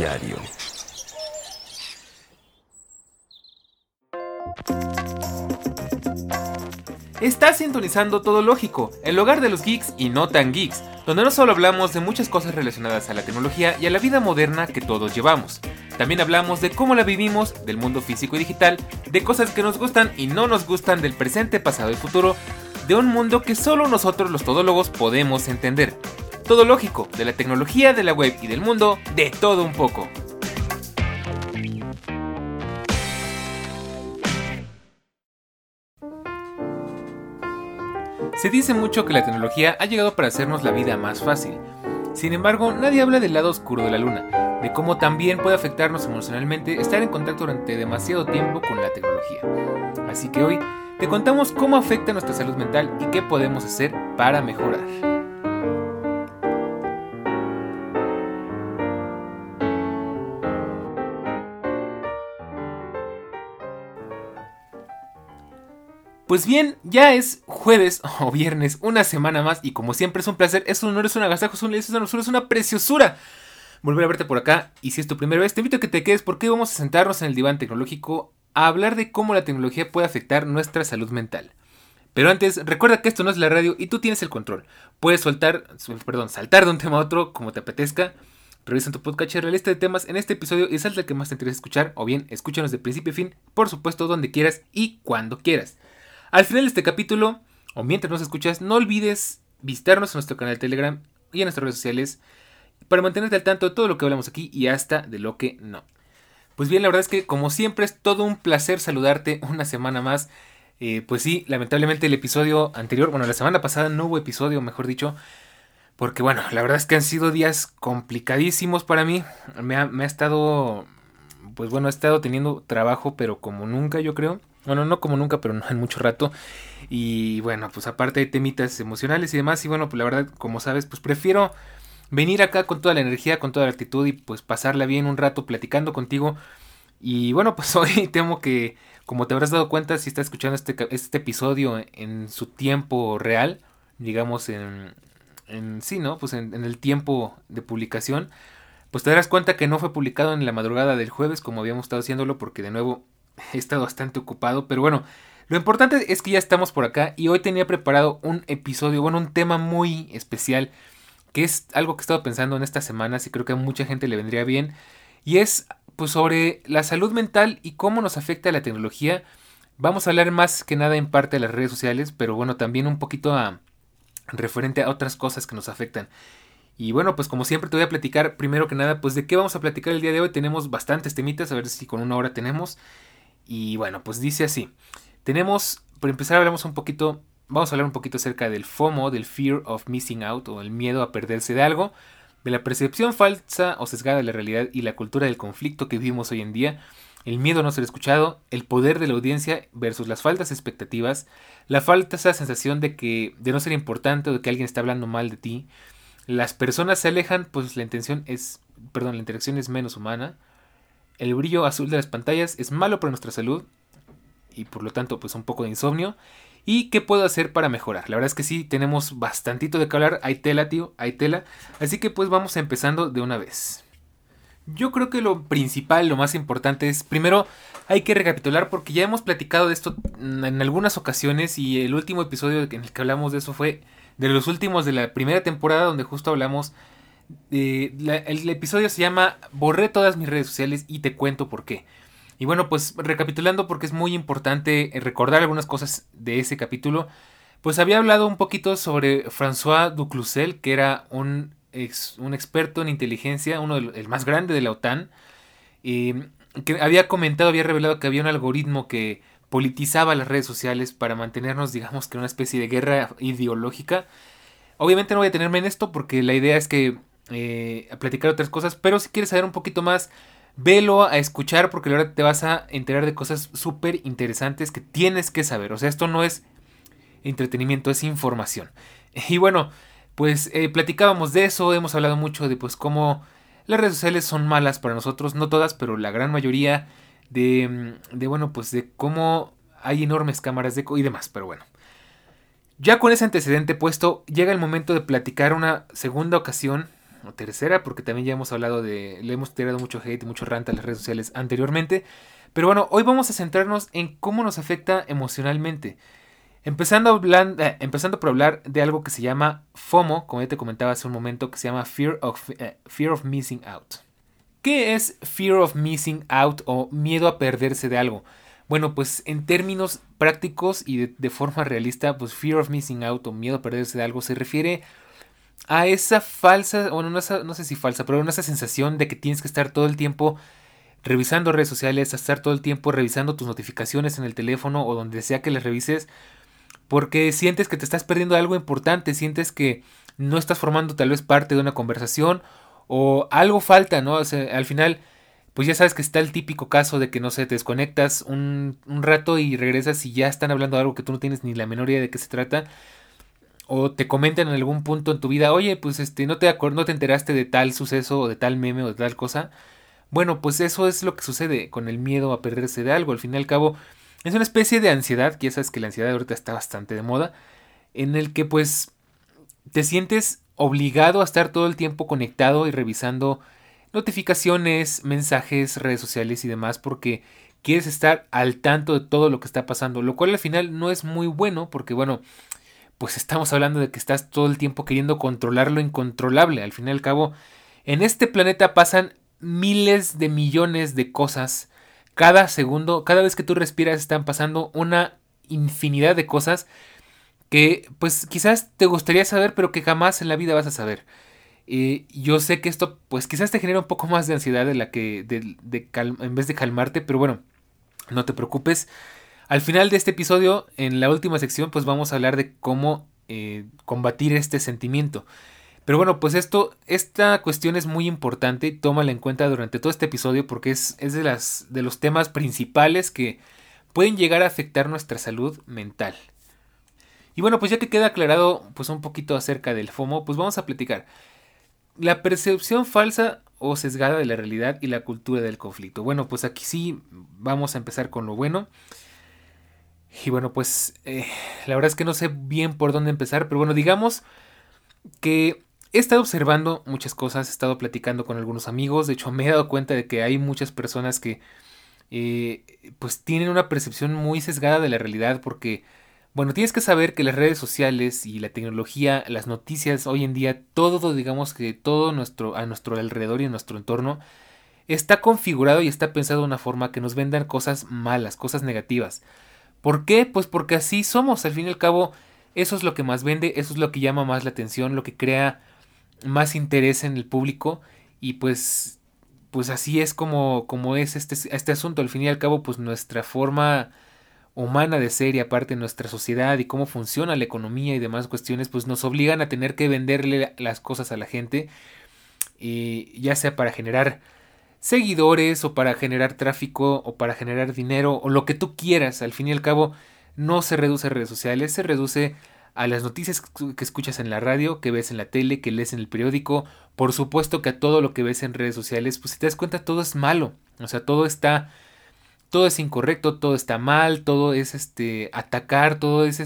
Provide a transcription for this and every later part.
Diario. Estás sintonizando Todo Lógico, el hogar de los geeks y no tan geeks, donde no solo hablamos de muchas cosas relacionadas a la tecnología y a la vida moderna que todos llevamos. También hablamos de cómo la vivimos, del mundo físico y digital, de cosas que nos gustan y no nos gustan, del presente, pasado y futuro, de un mundo que solo nosotros los todólogos podemos entender. Todo Lógico, de la tecnología, de la web y del mundo, de todo un poco. Se dice mucho que la tecnología ha llegado para hacernos la vida más fácil. Sin embargo, nadie habla del lado oscuro de la luna, de cómo también puede afectarnos emocionalmente estar en contacto durante demasiado tiempo con la tecnología. Así que hoy te contamos cómo afecta nuestra salud mental y qué podemos hacer para mejorar. Pues bien, ya es jueves o viernes, una semana más, y como siempre es un placer, es un honor, es un agasajo, es una preciosura volver a verte por acá. Y si es tu primera vez, te invito a que te quedes porque vamos a sentarnos en el diván tecnológico a hablar de cómo la tecnología puede afectar nuestra salud mental. Pero antes, recuerda que esto no es la radio y tú tienes el control. Puedes saltar de un tema a otro como te apetezca. Revisa en tu podcatcher la lista de temas en este episodio y salta el que más te interese escuchar, o bien escúchanos de principio a fin, por supuesto donde quieras y cuando quieras. Al final de este capítulo, o mientras nos escuchas, no olvides visitarnos en nuestro canal de Telegram y en nuestras redes sociales para mantenerte al tanto de todo lo que hablamos aquí y hasta de lo que no. Pues bien, la verdad es que como siempre es todo un placer saludarte una semana más. Pues sí, lamentablemente el episodio anterior, la semana pasada no hubo episodio, mejor dicho, porque la verdad es que han sido días complicadísimos para mí. Me ha estado, he estado teniendo trabajo, pero como nunca, yo creo. Bueno, no como nunca, pero no en mucho rato. Y pues aparte de temitas emocionales y demás. Y pues la verdad, como sabes, pues prefiero venir acá con toda la energía, con toda la actitud y pues pasarla bien un rato platicando contigo. Y pues hoy temo que, como te habrás dado cuenta, si estás escuchando este episodio en su tiempo real, digamos en el tiempo de publicación, pues te darás cuenta que no fue publicado en la madrugada del jueves como habíamos estado haciéndolo, porque de nuevo he estado bastante ocupado, pero lo importante es que ya estamos por acá y hoy tenía preparado un episodio, un tema muy especial, que es algo que he estado pensando en estas semanas y creo que a mucha gente le vendría bien, y es pues sobre la salud mental y cómo nos afecta la tecnología. Vamos a hablar más que nada en parte de las redes sociales, pero también un poquito referente a otras cosas que nos afectan. Y pues como siempre te voy a platicar primero que nada, pues de qué vamos a platicar el día de hoy. Tenemos bastantes temitas, a ver si con una hora tenemos. Y pues dice así. Por empezar vamos a hablar un poquito acerca del FOMO, del Fear of Missing Out, o el miedo a perderse de algo, de la percepción falsa o sesgada de la realidad y la cultura del conflicto que vivimos hoy en día, el miedo a no ser escuchado, el poder de la audiencia versus las falsas expectativas, la falsa sensación de no ser importante o de que alguien está hablando mal de ti, las personas se alejan, pues la interacción es menos humana. El brillo azul de las pantallas es malo para nuestra salud y por lo tanto pues un poco de insomnio. ¿Y qué puedo hacer para mejorar? La verdad es que sí, tenemos bastantito de qué hablar. Hay tela, tío, hay tela. Así que pues vamos empezando de una vez. Yo creo que lo principal, lo más importante es, primero hay que recapitular porque ya hemos platicado de esto en algunas ocasiones y el último episodio en el que hablamos de eso fue de los últimos de la primera temporada, donde justo hablamos. El episodio se llama Borré todas mis redes sociales y te cuento por qué. Y pues recapitulando, porque es muy importante recordar algunas cosas de ese capítulo, pues había hablado un poquito sobre François Ducluzel, que era un experto en inteligencia, el más grande de la OTAN, que había revelado que había un algoritmo que politizaba las redes sociales para mantenernos, digamos, que en una especie de guerra ideológica. Obviamente no voy a detenerme en esto porque la idea es que a platicar otras cosas, pero si quieres saber un poquito más, velo a escuchar porque la verdad te vas a enterar de cosas súper interesantes que tienes que saber. O sea, esto no es entretenimiento, es información. Y pues platicábamos de eso, hemos hablado mucho de pues cómo las redes sociales son malas para nosotros, no todas, pero la gran mayoría pues de cómo hay enormes cámaras de eco y demás, pero ya con ese antecedente puesto, llega el momento de platicar una segunda ocasión, o tercera, porque también ya hemos hablado le hemos tirado mucho hate, mucho rant a las redes sociales anteriormente. Pero bueno, hoy vamos a centrarnos en cómo nos afecta emocionalmente. Empezando por hablar de algo que se llama FOMO, como ya te comentaba hace un momento, que se llama Fear of Missing Out. ¿Qué es Fear of Missing Out o miedo a perderse de algo? Bueno, pues en términos prácticos y de forma realista, pues Fear of Missing Out o miedo a perderse de algo se refiere a esa falsa, bueno, no sé si falsa, pero esa sensación de que tienes que estar todo el tiempo revisando redes sociales, estar todo el tiempo revisando tus notificaciones en el teléfono o donde sea que las revises, porque sientes que te estás perdiendo algo importante, sientes que no estás formando tal vez parte de una conversación o algo falta, ¿no? O sea, al final, pues ya sabes que está el típico caso de que, no sé, te desconectas un rato y regresas y ya están hablando de algo que tú no tienes ni la menor idea de qué se trata. O te comentan en algún punto en tu vida, oye, pues no te enteraste de tal suceso o de tal meme o de tal cosa. Bueno, pues eso es lo que sucede con el miedo a perderse de algo. Al fin y al cabo, es una especie de ansiedad, que ya sabes que la ansiedad ahorita está bastante de moda, en el que pues te sientes obligado a estar todo el tiempo conectado y revisando notificaciones, mensajes, redes sociales y demás, porque quieres estar al tanto de todo lo que está pasando, lo cual al final no es muy bueno, porque bueno, pues estamos hablando de que estás todo el tiempo queriendo controlar lo incontrolable. Al fin y al cabo, en este planeta pasan miles de millones de cosas. Cada segundo, cada vez que tú respiras están pasando una infinidad de cosas que pues quizás te gustaría saber, pero que jamás en la vida vas a saber. Yo sé que esto pues quizás te genera un poco más de ansiedad de la que en vez de calmarte, pero bueno, no te preocupes. Al final de este episodio, en la última sección, pues vamos a hablar de cómo combatir este sentimiento. Pero bueno, pues esta cuestión es muy importante, tómala en cuenta durante todo este episodio porque es de los temas principales que pueden llegar a afectar nuestra salud mental. Y bueno, pues ya que queda aclarado pues un poquito acerca del FOMO, pues vamos a platicar. La percepción falsa o sesgada de la realidad y la cultura del conflicto. Bueno, pues aquí sí vamos a empezar con lo bueno. Y bueno, pues la verdad es que no sé bien por dónde empezar, pero bueno, digamos que he estado observando muchas cosas, he estado platicando con algunos amigos, de hecho me he dado cuenta de que hay muchas personas que pues tienen una percepción muy sesgada de la realidad porque, bueno, tienes que saber que las redes sociales y la tecnología, las noticias hoy en día, todo, digamos que todo a nuestro alrededor y en nuestro entorno está configurado y está pensado de una forma que nos vendan cosas malas, cosas negativas. ¿Por qué? Pues porque así somos, al fin y al cabo, eso es lo que más vende, eso es lo que llama más la atención, lo que crea más interés en el público y pues así es como es este asunto, al fin y al cabo, pues nuestra forma humana de ser y aparte nuestra sociedad y cómo funciona la economía y demás cuestiones, pues nos obligan a tener que venderle las cosas a la gente, ya sea para generar seguidores o para generar tráfico o para generar dinero o lo que tú quieras. Al fin y al cabo no se reduce a redes sociales, se reduce a las noticias que escuchas en la radio, que ves en la tele, que lees en el periódico. Por supuesto que a todo lo que ves en redes sociales, pues si te das cuenta todo es malo. O sea, todo es incorrecto, todo está mal, todo es atacar, todo es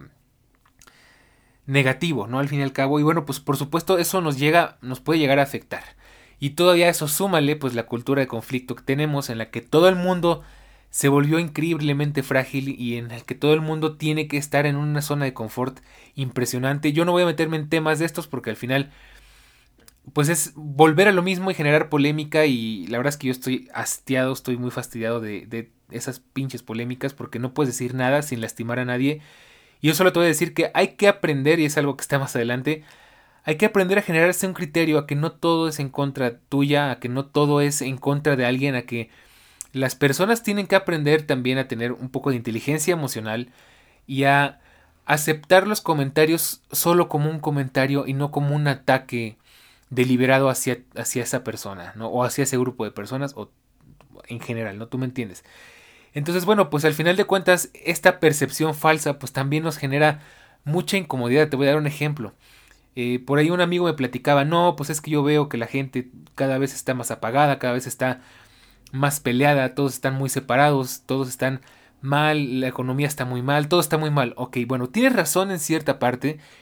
negativo, ¿no? Al fin y al cabo. Y bueno, pues por supuesto eso nos puede llegar a afectar. Y todavía eso súmale pues la cultura de conflicto que tenemos en la que todo el mundo se volvió increíblemente frágil y en el que todo el mundo tiene que estar en una zona de confort impresionante. Yo no voy a meterme en temas de estos porque al final pues es volver a lo mismo y generar polémica y la verdad es que yo estoy hastiado, estoy muy fastidiado de esas pinches polémicas porque no puedes decir nada sin lastimar a nadie. Y yo solo te voy a decir que hay que aprender, y es algo que está más adelante, hay que aprender a generarse un criterio, a que no todo es en contra tuya, a que no todo es en contra de alguien, a que las personas tienen que aprender también a tener un poco de inteligencia emocional y a aceptar los comentarios solo como un comentario y no como un ataque deliberado hacia esa persona, ¿no? O hacia ese grupo de personas o en general, ¿no? Tú me entiendes. Entonces, bueno, pues al final de cuentas, esta percepción falsa pues también nos genera mucha incomodidad. Te voy a dar un ejemplo. Por ahí un amigo me platicaba, no, pues es que yo veo que la gente cada vez está más apagada, cada vez está más peleada, todos están muy separados, todos están mal, la economía está muy mal, todo está muy mal. Ok, bueno, tienes razón en cierta parte,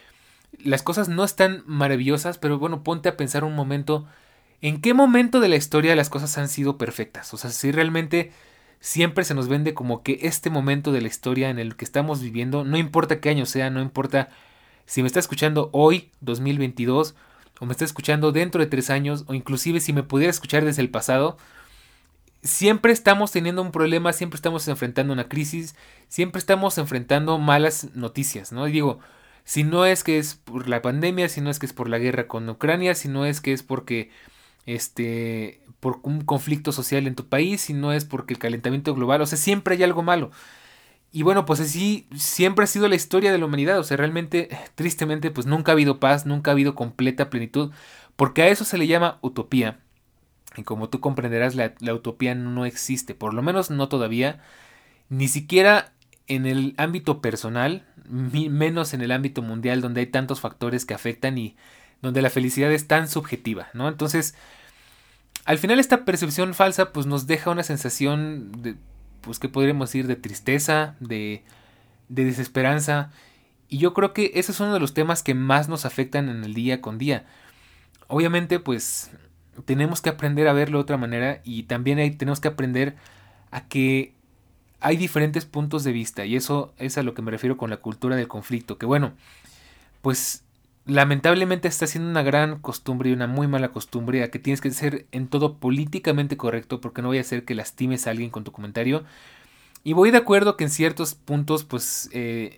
las cosas no están maravillosas, pero bueno, ponte a pensar un momento, ¿en qué momento de la historia las cosas han sido perfectas? O sea, si realmente siempre se nos vende como que este momento de la historia en el que estamos viviendo, no importa qué año sea, no importa si me está escuchando hoy, 2022, o me está escuchando dentro de 3 años, o inclusive si me pudiera escuchar desde el pasado, siempre estamos teniendo un problema, siempre estamos enfrentando una crisis, siempre estamos enfrentando malas noticias, ¿no? Y digo, si no es que es por la pandemia, si no es que es por la guerra con Ucrania, si no es que es porque por un conflicto social en tu país, si no es porque el calentamiento global, o sea, siempre hay algo malo. Y bueno, pues así siempre ha sido la historia de la humanidad, o sea, realmente, tristemente, pues nunca ha habido paz, nunca ha habido completa plenitud, porque a eso se le llama utopía. Y como tú comprenderás, la utopía no existe, por lo menos no todavía, ni siquiera en el ámbito personal, menos en el ámbito mundial, donde hay tantos factores que afectan y donde la felicidad es tan subjetiva, ¿no? Entonces, al final esta percepción falsa pues nos deja una sensación de, pues que podríamos decir de tristeza, de desesperanza, y yo creo que ese es uno de los temas que más nos afectan en el día con día. Obviamente pues tenemos que aprender a verlo de otra manera y también tenemos que aprender a que hay diferentes puntos de vista y eso es a lo que me refiero con la cultura del conflicto, que bueno, pues lamentablemente está siendo una gran costumbre y una muy mala costumbre a que tienes que ser en todo políticamente correcto porque no voy a hacer que lastimes a alguien con tu comentario. Y voy de acuerdo que en ciertos puntos pues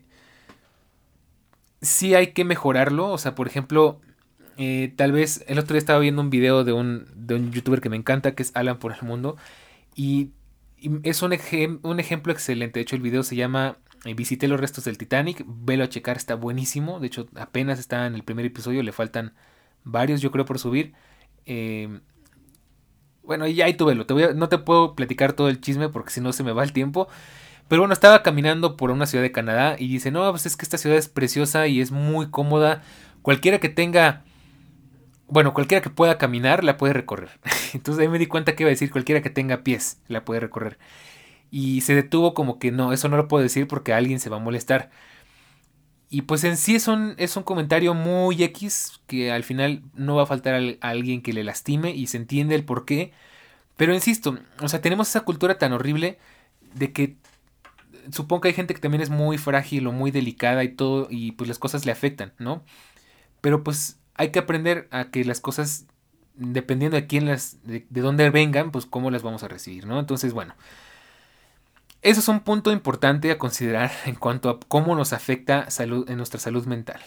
sí hay que mejorarlo. O sea, por ejemplo, tal vez el otro día estaba viendo un video de un youtuber que me encanta, que es Alan por el Mundo. Y, y es un ejemplo excelente. De hecho, el video se llama Visité los restos del Titanic. Velo a checar, está buenísimo. De hecho, apenas está en el primer episodio. Le faltan varios, yo creo, por subir. Eh, bueno, y ahí tú velo. No te puedo platicar todo el chisme porque si no se me va el tiempo. Pero bueno, estaba caminando por una ciudad de Canadá y dice, no, pues es que esta ciudad es preciosa y es muy cómoda. Cualquiera que tenga, bueno, cualquiera que pueda caminar la puede recorrer. Entonces ahí me di cuenta que iba a decir cualquiera que tenga pies la puede recorrer. Y se detuvo como que no, eso no lo puedo decir porque alguien se va a molestar. Y pues en sí es un comentario muy X que al final no va a faltar a alguien que le lastime y se entiende el por qué. Pero insisto, o sea, tenemos esa cultura tan horrible de que supongo que hay gente que también es muy frágil o muy delicada y todo, y pues las cosas le afectan, ¿no? Pero pues hay que aprender a que las cosas, dependiendo de quién de dónde vengan, pues cómo las vamos a recibir, ¿no? Entonces, bueno, eso es un punto importante a considerar en cuanto a cómo nos afecta en nuestra salud mental.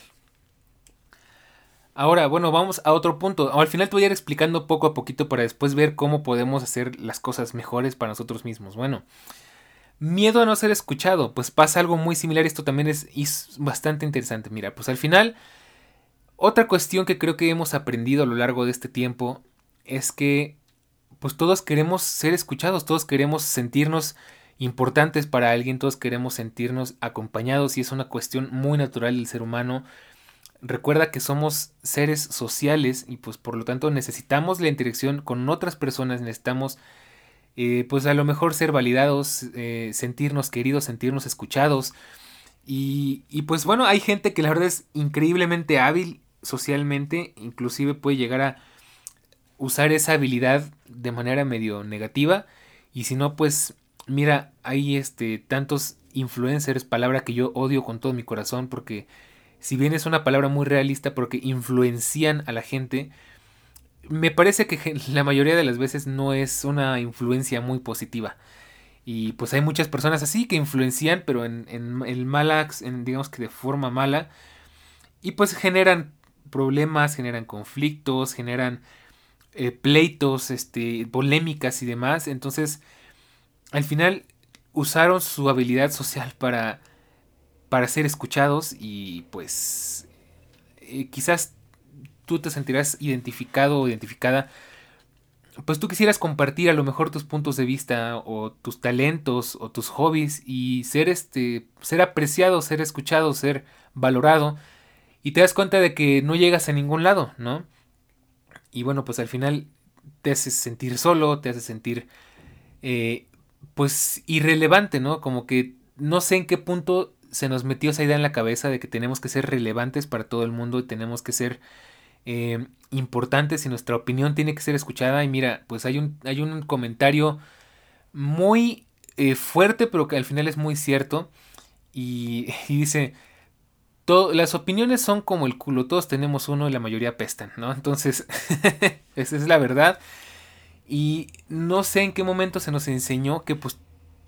Ahora, bueno, vamos a otro punto. Al final te voy a ir explicando poco a poquito para después ver cómo podemos hacer las cosas mejores para nosotros mismos. Bueno, miedo a no ser escuchado, pues pasa algo muy similar, esto también es bastante interesante. Mira, pues al final, otra cuestión que creo que hemos aprendido a lo largo de este tiempo es que pues todos queremos ser escuchados, todos queremos sentirnos importantes para alguien, todos queremos sentirnos acompañados y es una cuestión muy natural del ser humano. Recuerda que somos seres sociales y pues por lo tanto necesitamos la interacción con otras personas, necesitamos pues a lo mejor ser validados, sentirnos queridos, sentirnos escuchados. Y pues bueno, hay gente que la verdad es increíblemente hábil socialmente, inclusive puede llegar a usar esa habilidad de manera medio negativa. Y si no, pues mira, hay tantos influencers, palabra que yo odio con todo mi corazón, porque si bien es una palabra muy realista, porque influencian a la gente, me parece que la mayoría de las veces no es una influencia muy positiva. Y pues hay muchas personas así que influencian, pero en malas, digamos que de forma mala. Y pues generan problemas, generan conflictos, generan pleitos, polémicas y demás. Entonces, al final usaron su habilidad social para ser escuchados y pues quizás tú te sentirás identificado o identificada, pues tú quisieras compartir a lo mejor tus puntos de vista o tus talentos o tus hobbies y ser apreciado, ser escuchado, ser valorado y te das cuenta de que no llegas a ningún lado, ¿no? Y bueno, pues al final te haces sentir solo, te haces sentir pues irrelevante, ¿no? Como que no sé en qué punto se nos metió esa idea en la cabeza de que tenemos que ser relevantes para todo el mundo y tenemos que ser importantes y nuestra opinión tiene que ser escuchada. Y mira, pues hay un comentario muy fuerte, pero que al final es muy cierto. Y dice, las opiniones son como el culo, todos tenemos uno y la mayoría apestan, ¿no? Entonces, esa es la verdad. Y no sé en qué momento se nos enseñó que pues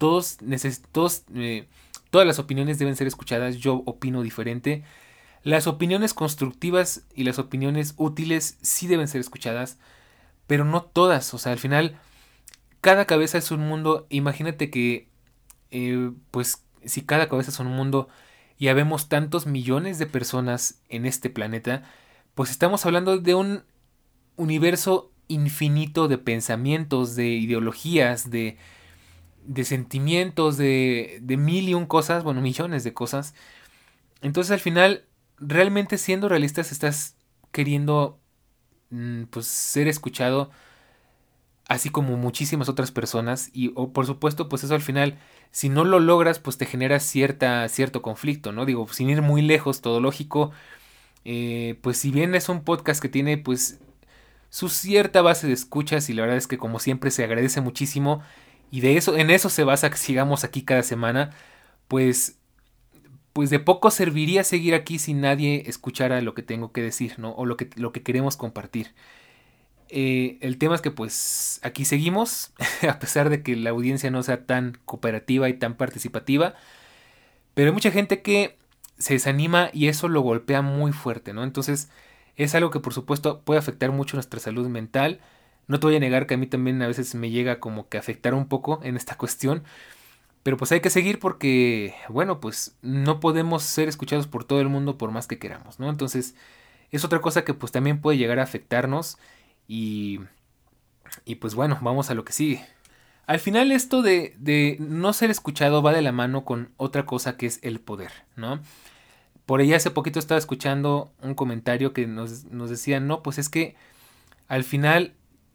todas las opiniones deben ser escuchadas. Yo opino diferente. Las opiniones constructivas y las opiniones útiles sí deben ser escuchadas, pero no todas. O sea, al final, cada cabeza es un mundo. Imagínate que, pues, si cada cabeza es un mundo y habemos tantos millones de personas en este planeta, pues estamos hablando de un universo infinito de pensamientos, de ideologías, de sentimientos, de mil y un cosas, bueno, millones de cosas. Entonces al final, realmente siendo realistas, estás queriendo pues ser escuchado así como muchísimas otras personas y por supuesto pues eso al final si no lo logras pues te genera cierto conflicto, ¿no? Digo, sin ir muy lejos, todo lógico, pues si bien es un podcast que tiene pues su cierta base de escuchas y la verdad es que como siempre se agradece muchísimo y en eso se basa que sigamos aquí cada semana, pues pues de poco serviría seguir aquí si nadie escuchara lo que tengo que decir, ¿no? O lo que queremos compartir. El tema es que pues aquí seguimos, a pesar de que la audiencia no sea tan cooperativa y tan participativa, pero hay mucha gente que se desanima y eso lo golpea muy fuerte, ¿no? Entonces es algo que por supuesto puede afectar mucho nuestra salud mental. No te voy a negar que a mí también a veces me llega como que afectar un poco en esta cuestión, pero pues hay que seguir porque, bueno, pues no podemos ser escuchados por todo el mundo por más que queramos, ¿no? Entonces es otra cosa que pues también puede llegar a afectarnos y, y pues bueno, vamos a lo que sigue. Al final esto de no ser escuchado va de la mano con otra cosa que es el poder, ¿no? Por ahí hace poquito estaba escuchando un comentario que nos decía, no, pues es que al final,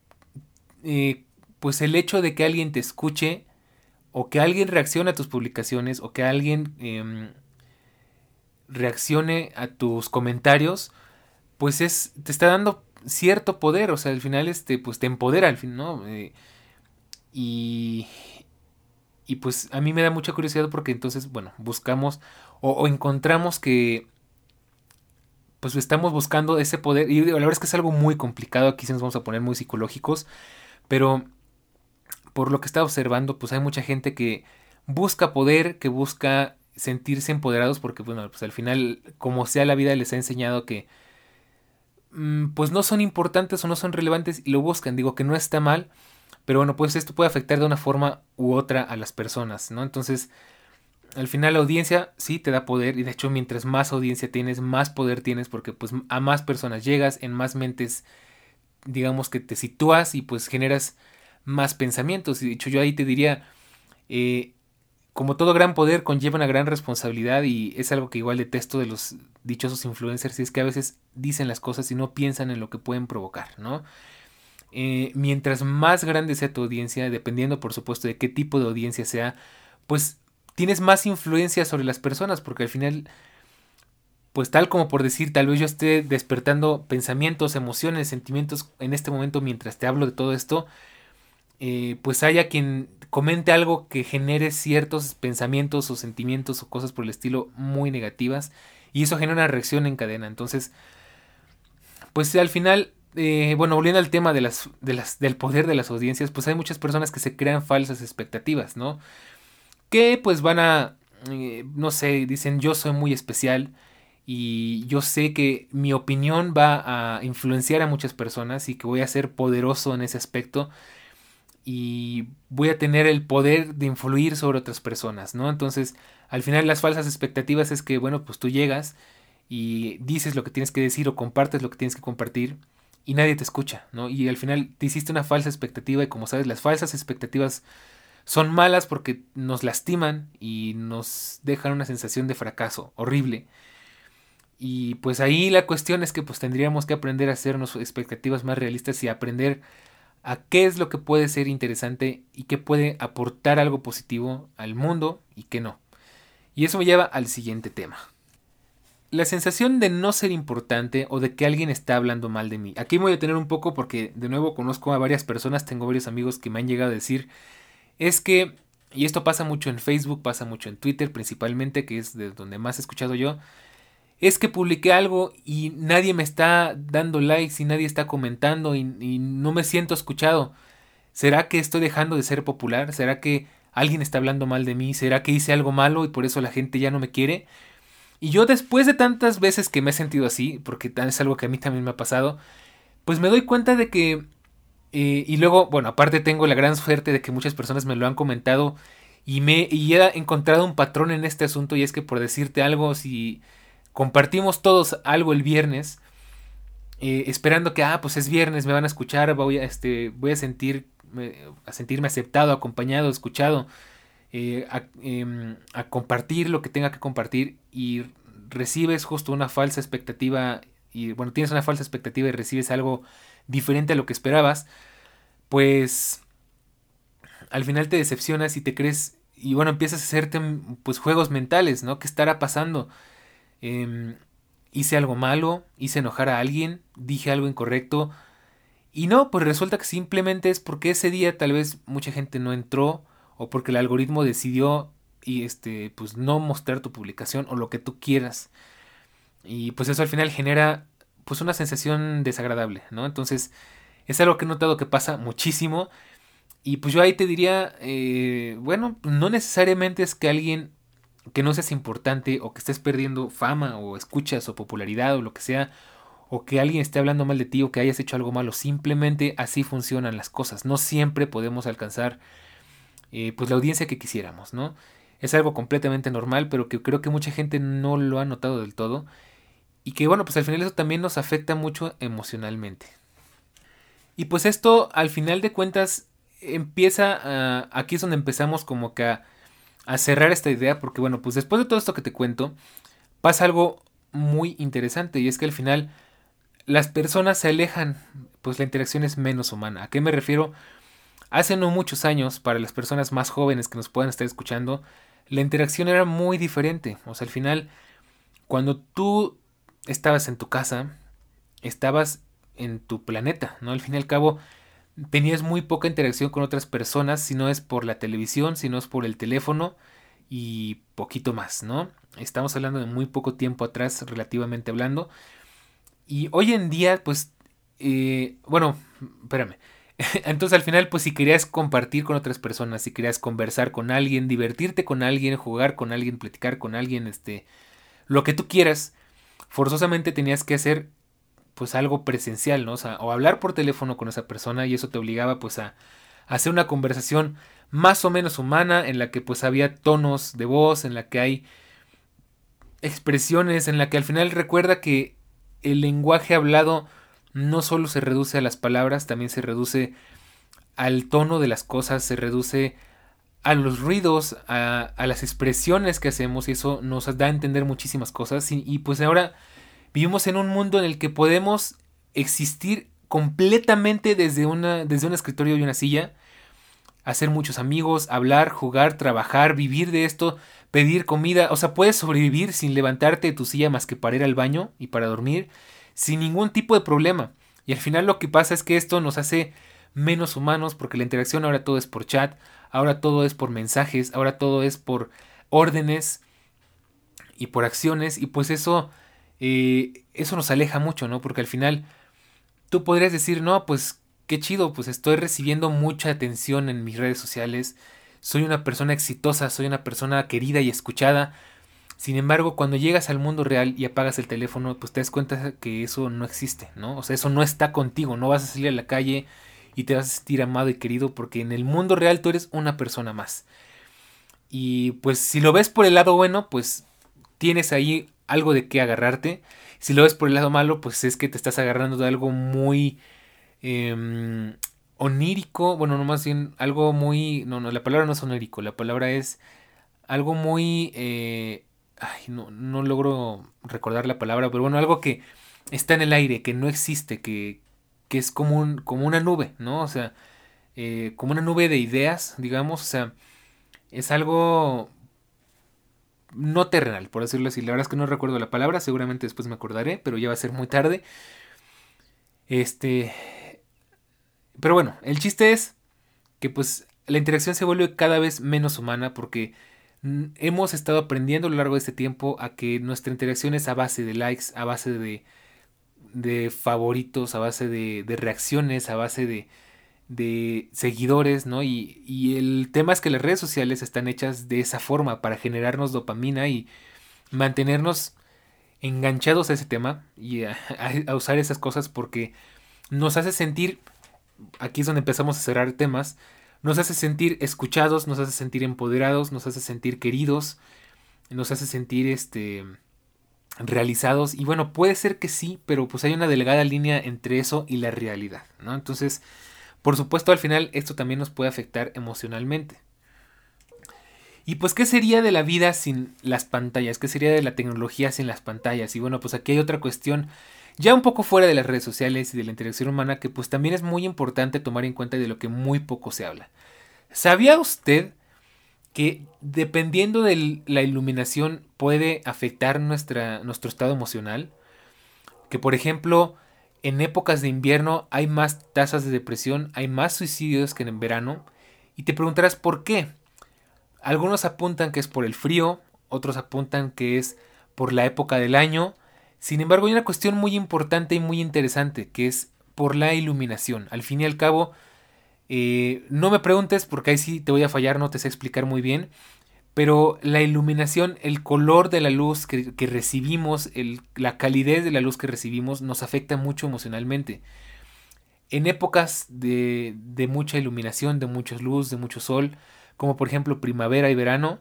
pues el hecho de que alguien te escuche o que alguien reaccione a tus publicaciones o que alguien reaccione a tus comentarios, pues te está dando cierto poder, o sea, al final pues te empodera al fin, ¿no? Y, y pues a mí me da mucha curiosidad porque entonces, bueno, buscamos o encontramos que pues estamos buscando ese poder y la verdad es que es algo muy complicado, aquí sí nos vamos a poner muy psicológicos, pero por lo que está observando, pues hay mucha gente que busca poder, que busca sentirse empoderados porque, bueno, pues al final, como sea la vida les ha enseñado que pues no son importantes o no son relevantes y lo buscan. Digo que no está mal, pero bueno, pues esto puede afectar de una forma u otra a las personas, ¿no? Entonces, al final la audiencia sí te da poder y de hecho mientras más audiencia tienes, más poder tienes porque pues a más personas llegas, en más mentes, digamos que te sitúas y pues generas más pensamientos. Y de hecho yo ahí te diría, eh, como todo gran poder conlleva una gran responsabilidad y es algo que igual detesto de los dichosos influencers y es que a veces dicen las cosas y no piensan en lo que pueden provocar, ¿no? Mientras más grande sea tu audiencia, dependiendo por supuesto de qué tipo de audiencia sea, pues tienes más influencia sobre las personas porque al final, pues tal como por decir, tal vez yo esté despertando pensamientos, emociones, sentimientos en este momento mientras te hablo de todo esto, pues haya quien comente algo que genere ciertos pensamientos o sentimientos o cosas por el estilo muy negativas y eso genera una reacción en cadena. Entonces, pues al final, bueno, volviendo al tema del poder de las audiencias, pues hay muchas personas que se crean falsas expectativas, ¿no? Que pues van a, no sé, dicen yo soy muy especial y yo sé que mi opinión va a influenciar a muchas personas y que voy a ser poderoso en ese aspecto y voy a tener el poder de influir sobre otras personas, ¿no? Entonces, al final las falsas expectativas es que, bueno, pues tú llegas y dices lo que tienes que decir o compartes lo que tienes que compartir y nadie te escucha, ¿no? Y al final te hiciste una falsa expectativa y como sabes, las falsas expectativas son malas porque nos lastiman y nos dejan una sensación de fracaso horrible. Y pues ahí la cuestión es que pues tendríamos que aprender a hacernos expectativas más realistas y aprender a qué es lo que puede ser interesante y qué puede aportar algo positivo al mundo y qué no. Y eso me lleva al siguiente tema. La sensación de no ser importante o de que alguien está hablando mal de mí. Aquí me voy a detener un poco porque de nuevo conozco a varias personas, tengo varios amigos que me han llegado a decir, es que, y esto pasa mucho en Facebook, pasa mucho en Twitter principalmente, que es de donde más he escuchado yo, es que publiqué algo y nadie me está dando likes y nadie está comentando y no me siento escuchado. ¿Será que estoy dejando de ser popular? ¿Será que alguien está hablando mal de mí? ¿Será que hice algo malo y por eso la gente ya no me quiere? Y yo después de tantas veces que me he sentido así, porque es algo que a mí también me ha pasado, pues me doy cuenta de que... y luego, bueno, aparte tengo la gran suerte de que muchas personas me lo han comentado y he encontrado un patrón en este asunto y es que por decirte algo, si compartimos todos algo el viernes, esperando que, pues es viernes, me van a escuchar, voy a sentirme aceptado, acompañado, escuchado, a compartir lo que tenga que compartir y recibes justo una falsa expectativa y bueno, tienes una falsa expectativa y recibes algo diferente a lo que esperabas, pues al final te decepcionas y te crees y bueno, empiezas a hacerte pues juegos mentales, ¿no? ¿Qué estará pasando? Eh, Hice algo malo, hice enojar a alguien, dije algo incorrecto y no, pues resulta que simplemente es porque ese día tal vez mucha gente no entró o porque el algoritmo decidió y pues no mostrar tu publicación o lo que tú quieras. Y pues eso al final genera pues una sensación desagradable, ¿no? Entonces es algo que he notado que pasa muchísimo y pues yo ahí te diría, bueno, no necesariamente es que alguien que no seas importante o que estés perdiendo fama o escuchas o popularidad o lo que sea, o que alguien esté hablando mal de ti o que hayas hecho algo malo, simplemente así funcionan las cosas. No siempre podemos alcanzar pues la audiencia que quisiéramos, ¿no? Es algo completamente normal, pero que creo que mucha gente no lo ha notado del todo y que bueno, pues al final eso también nos afecta mucho emocionalmente. Y pues esto al final de cuentas aquí es donde empezamos como que a cerrar esta idea, porque bueno, pues después de todo esto que te cuento, pasa algo muy interesante y es que al final las personas se alejan, pues la interacción es menos humana. ¿A qué me refiero? Hace no muchos años, para las personas más jóvenes que nos puedan estar escuchando, la interacción era muy diferente. O sea, al final, cuando tú estabas en tu casa, estabas en tu planeta, ¿no? Al fin y al cabo, tenías muy poca interacción con otras personas, si no es por la televisión, si no es por el teléfono y poquito más, ¿no? Estamos hablando de muy poco tiempo atrás, relativamente hablando. Y hoy en día, pues, bueno, espérame. Entonces al final, pues si querías compartir con otras personas, si querías conversar con alguien, divertirte con alguien, jugar con alguien, platicar con alguien, lo que tú quieras, forzosamente tenías que hacer pues algo presencial, ¿no? O sea, o hablar por teléfono con esa persona y eso te obligaba pues a hacer una conversación más o menos humana en la que pues había tonos de voz, en la que hay expresiones, en la que al final recuerda que el lenguaje hablado no solo se reduce a las palabras, también se reduce al tono de las cosas, se reduce a los ruidos, a las expresiones que hacemos y eso nos da a entender muchísimas cosas y pues ahora vivimos en un mundo en el que podemos existir completamente desde un escritorio y una silla, hacer muchos amigos, hablar, jugar, trabajar, vivir de esto, pedir comida, o sea, puedes sobrevivir sin levantarte de tu silla más que para ir al baño y para dormir, sin ningún tipo de problema. Y al final lo que pasa es que esto nos hace menos humanos porque la interacción ahora todo es por chat, ahora todo es por mensajes, ahora todo es por órdenes y por acciones y pues eso nos aleja mucho, ¿no? Porque al final tú podrías decir, no, pues qué chido, pues estoy recibiendo mucha atención en mis redes sociales, soy una persona exitosa, soy una persona querida y escuchada. Sin embargo, cuando llegas al mundo real y apagas el teléfono, pues te das cuenta que eso no existe, ¿no? O sea, eso no está contigo, no vas a salir a la calle y te vas a sentir amado y querido porque en el mundo real tú eres una persona más. Y pues si lo ves por el lado bueno, pues tienes ahí algo de qué agarrarte. Si lo ves por el lado malo, pues es que te estás agarrando de algo muy eh, onírico. Bueno, no más bien algo muy... No, no, la palabra no es onírico, la palabra es algo muy... ay, no logro recordar la palabra, pero bueno, algo que está en el aire, que no existe, que es como una nube, ¿no? O sea, como una nube de ideas, digamos, o sea, es algo no terrenal, por decirlo así. La verdad es que no recuerdo la palabra, seguramente después me acordaré, pero ya va a ser muy tarde. Pero bueno, el chiste es que pues la interacción se vuelve cada vez menos humana porque hemos estado aprendiendo a lo largo de este tiempo a que nuestra interacción es a base de likes, a base de favoritos, a base de reacciones, a base de seguidores, ¿no? Y el tema es que las redes sociales están hechas de esa forma para generarnos dopamina y mantenernos enganchados a ese tema y a usar esas cosas porque nos hace sentir, aquí es donde empezamos a cerrar temas, nos hace sentir escuchados, nos hace sentir empoderados, nos hace sentir queridos, nos hace sentir realizados. Y bueno, puede ser que sí, pero pues hay una delgada línea entre eso y la realidad, ¿no? Entonces, por supuesto, al final esto también nos puede afectar emocionalmente. Y pues, ¿qué sería de la vida sin las pantallas? ¿Qué sería de la tecnología sin las pantallas? Y bueno, pues aquí hay otra cuestión ya un poco fuera de las redes sociales y de la interacción humana que pues también es muy importante tomar en cuenta y de lo que muy poco se habla. ¿Sabía usted que dependiendo de la iluminación puede afectar nuestro estado emocional? Que por ejemplo, en épocas de invierno hay más tasas de depresión, hay más suicidios que en verano. Y te preguntarás por qué. Algunos apuntan que es por el frío, otros apuntan que es por la época del año. Sin embargo, hay una cuestión muy importante y muy interesante, que es por la iluminación. Al fin y al cabo, no me preguntes porque ahí sí te voy a fallar, no te sé explicar muy bien. Pero la iluminación, el color de la luz que recibimos, la calidez de la luz que recibimos nos afecta mucho emocionalmente. En épocas de mucha iluminación, de mucha luz, de mucho sol, como por ejemplo primavera y verano,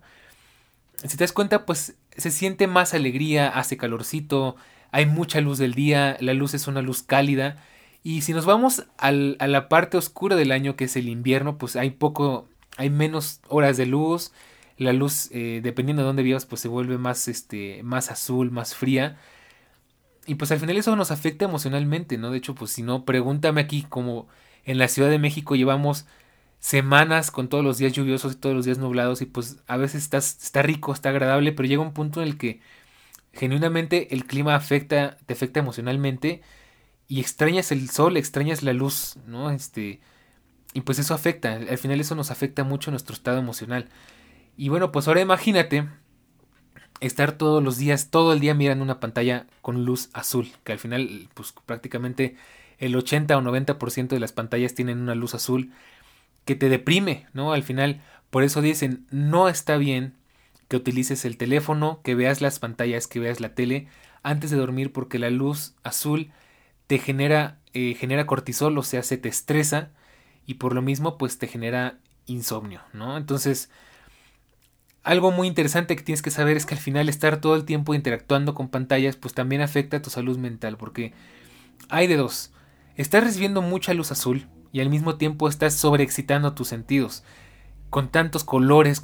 si te das cuenta, pues se siente más alegría, hace calorcito, hay mucha luz del día, la luz es una luz cálida. Y si nos vamos a la parte oscura del año, que es el invierno, pues hay menos horas de luz. La luz, dependiendo de dónde vivas, pues se vuelve más azul, más fría. Y pues al final eso nos afecta emocionalmente, ¿no? De hecho, pues si no, pregúntame aquí como en la Ciudad de México llevamos semanas con todos los días lluviosos y todos los días nublados y pues a veces está rico, está agradable, pero llega un punto en el que genuinamente el clima te afecta emocionalmente y extrañas el sol, extrañas la luz, ¿no? Y pues eso afecta, al final eso nos afecta mucho nuestro estado emocional. Y bueno, pues ahora imagínate estar todos los días, todo el día mirando una pantalla con luz azul, que al final pues prácticamente el 80 o 90% de las pantallas tienen una luz azul que te deprime, ¿no? Al final, por eso dicen, no está bien que utilices el teléfono, que veas las pantallas, que veas la tele antes de dormir porque la luz azul te genera cortisol, o sea, se te estresa y por lo mismo pues te genera insomnio, ¿no? Entonces, algo muy interesante que tienes que saber es que al final estar todo el tiempo interactuando con pantallas pues también afecta a tu salud mental porque hay de dos. Estás recibiendo mucha luz azul y al mismo tiempo estás sobreexcitando tus sentidos. Con tantos colores,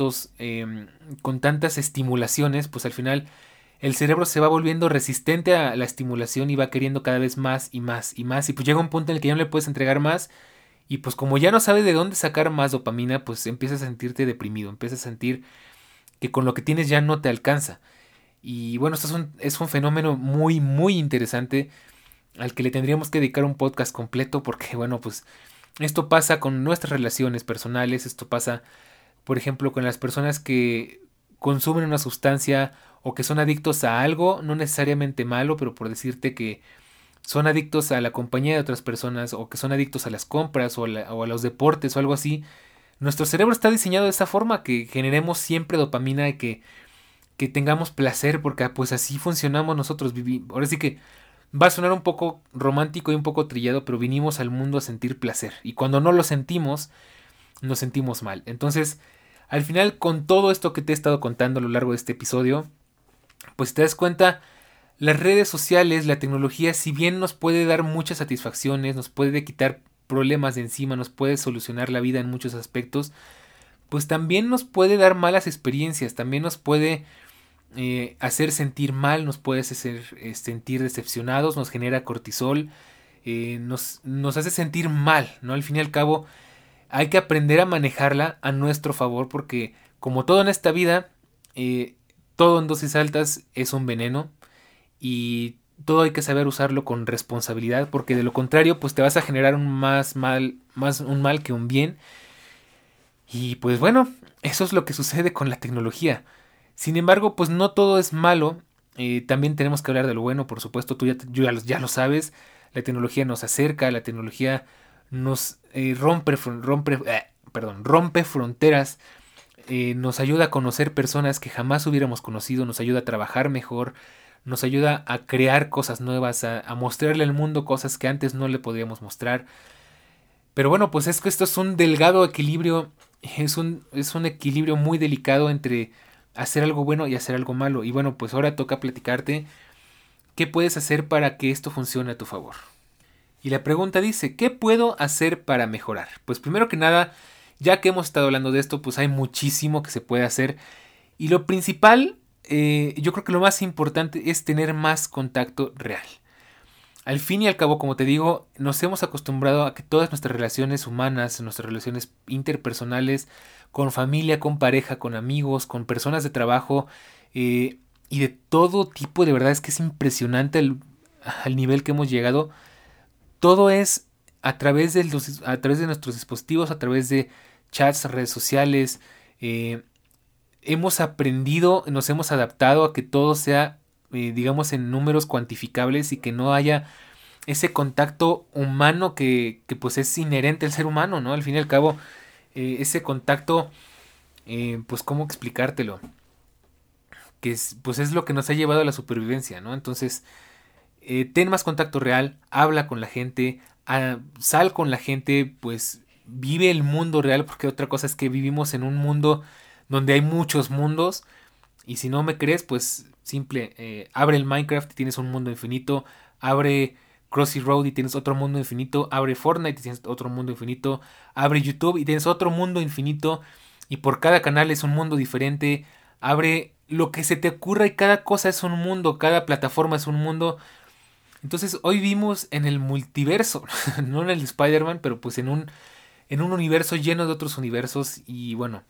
con tantas estimulaciones, pues al final el cerebro se va volviendo resistente a la estimulación y va queriendo cada vez más y más y más. Y pues llega un punto en el que ya no le puedes entregar más. Y pues como ya no sabes de dónde sacar más dopamina, pues empiezas a sentirte deprimido. Empiezas a sentir que con lo que tienes ya no te alcanza. Y bueno, esto es un fenómeno muy, muy interesante al que le tendríamos que dedicar un podcast completo porque, bueno, pues esto pasa con nuestras relaciones personales, esto pasa, por ejemplo, con las personas que consumen una sustancia o que son adictos a algo, no necesariamente malo, pero por decirte que son adictos a la compañía de otras personas o que son adictos a las compras o a los deportes o algo así. Nuestro cerebro está diseñado de esa forma que generemos siempre dopamina y que tengamos placer porque pues así funcionamos nosotros. Ahora sí que va a sonar un poco romántico y un poco trillado, pero vinimos al mundo a sentir placer. Y cuando no lo sentimos, nos sentimos mal. Entonces, al final, con todo esto que te he estado contando a lo largo de este episodio, pues te das cuenta, las redes sociales, la tecnología, si bien nos puede dar muchas satisfacciones, nos puede quitar problemas de encima, nos puede solucionar la vida en muchos aspectos, pues también nos puede dar malas experiencias, también nos puede hacer sentir mal, nos puede hacer sentir decepcionados, nos genera cortisol, nos hace sentir mal, ¿no? Al fin y al cabo hay que aprender a manejarla a nuestro favor porque como todo en esta vida, todo en dosis altas es un veneno y todo hay que saber usarlo con responsabilidad, porque de lo contrario pues te vas a generar más un mal que un bien. Y pues bueno, eso es lo que sucede con la tecnología. Sin embargo, pues no todo es malo. También tenemos que hablar de lo bueno, por supuesto. Ya lo sabes. La tecnología nos acerca, la tecnología nos rompe fronteras. Nos ayuda a conocer personas que jamás hubiéramos conocido. Nos ayuda a trabajar mejor. Nos ayuda a crear cosas nuevas, a mostrarle al mundo cosas que antes no le podíamos mostrar. Pero bueno, pues es que esto es un delgado equilibrio, es un equilibrio muy delicado entre hacer algo bueno y hacer algo malo. Y bueno, pues ahora toca platicarte qué puedes hacer para que esto funcione a tu favor. Y la pregunta dice, ¿qué puedo hacer para mejorar? Pues primero que nada, ya que hemos estado hablando de esto, pues hay muchísimo que se puede hacer. Y lo principal, yo creo que lo más importante es tener más contacto real. Al fin y al cabo, como te digo, nos hemos acostumbrado a que todas nuestras relaciones humanas, nuestras relaciones interpersonales, con familia, con pareja, con amigos, con personas de trabajo y de todo tipo, de verdad es que es impresionante al nivel que hemos llegado. Todo es a través de nuestros dispositivos, a través de chats, redes sociales. Hemos aprendido, nos hemos adaptado a que todo sea digamos en números cuantificables y que no haya ese contacto humano que pues es inherente al ser humano, ¿no? Al fin y al cabo, ese contacto, pues cómo explicártelo, pues es lo que nos ha llevado a la supervivencia, ¿no? Entonces, ten más contacto real, habla con la gente, sal con la gente, pues vive el mundo real, porque otra cosa es que vivimos en un mundo donde hay muchos mundos. Y si no me crees, pues simple, abre el Minecraft y tienes un mundo infinito, abre Crossy Road y tienes otro mundo infinito, abre Fortnite y tienes otro mundo infinito, abre YouTube y tienes otro mundo infinito, y por cada canal es un mundo diferente, abre lo que se te ocurra y cada cosa es un mundo, cada plataforma es un mundo. Entonces hoy vimos en el multiverso, no en el Spider-Man, pero pues en un universo lleno de otros universos. Y bueno,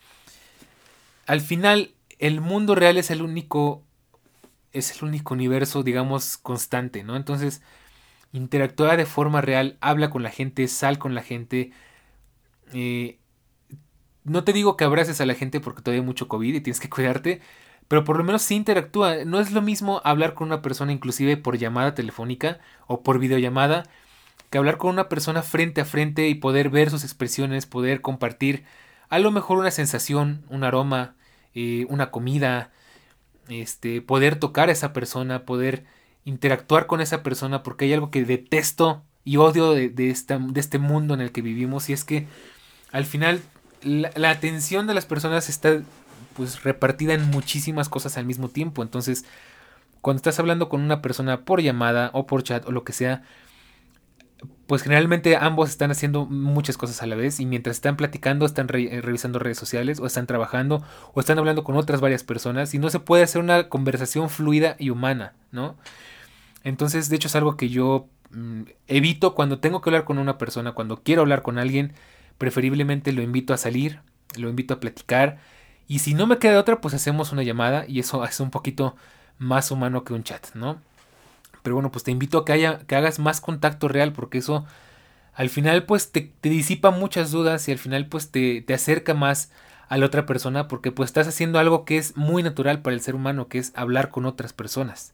al final el mundo real es el único universo, digamos, constante, ¿no? Entonces, interactúa de forma real, habla con la gente, sal con la gente. eh, no te digo que abraces a la gente porque todavía hay mucho COVID y tienes que cuidarte, pero por lo menos sí interactúa. No es lo mismo hablar con una persona inclusive por llamada telefónica o por videollamada que hablar con una persona frente a frente y poder ver sus expresiones, poder compartir a lo mejor una sensación, un aroma, una comida, poder tocar a esa persona, poder interactuar con esa persona, porque hay algo que detesto y odio de este mundo en el que vivimos, y es que al final la atención de las personas está pues repartida en muchísimas cosas al mismo tiempo. Entonces, cuando estás hablando con una persona por llamada o por chat o lo que sea, pues generalmente ambos están haciendo muchas cosas a la vez, y mientras están platicando están revisando redes sociales o están trabajando o están hablando con otras varias personas, y no se puede hacer una conversación fluida y humana, ¿no? Entonces, de hecho, es algo que yo evito cuando tengo que hablar con una persona. Cuando quiero hablar con alguien, preferiblemente lo invito a salir, lo invito a platicar, y si no me queda otra, pues hacemos una llamada, y eso es un poquito más humano que un chat, ¿no? Pero bueno, pues te invito a que hagas más contacto real, porque eso al final pues te disipa muchas dudas, y al final pues te acerca más a la otra persona, porque pues estás haciendo algo que es muy natural para el ser humano, que es hablar con otras personas.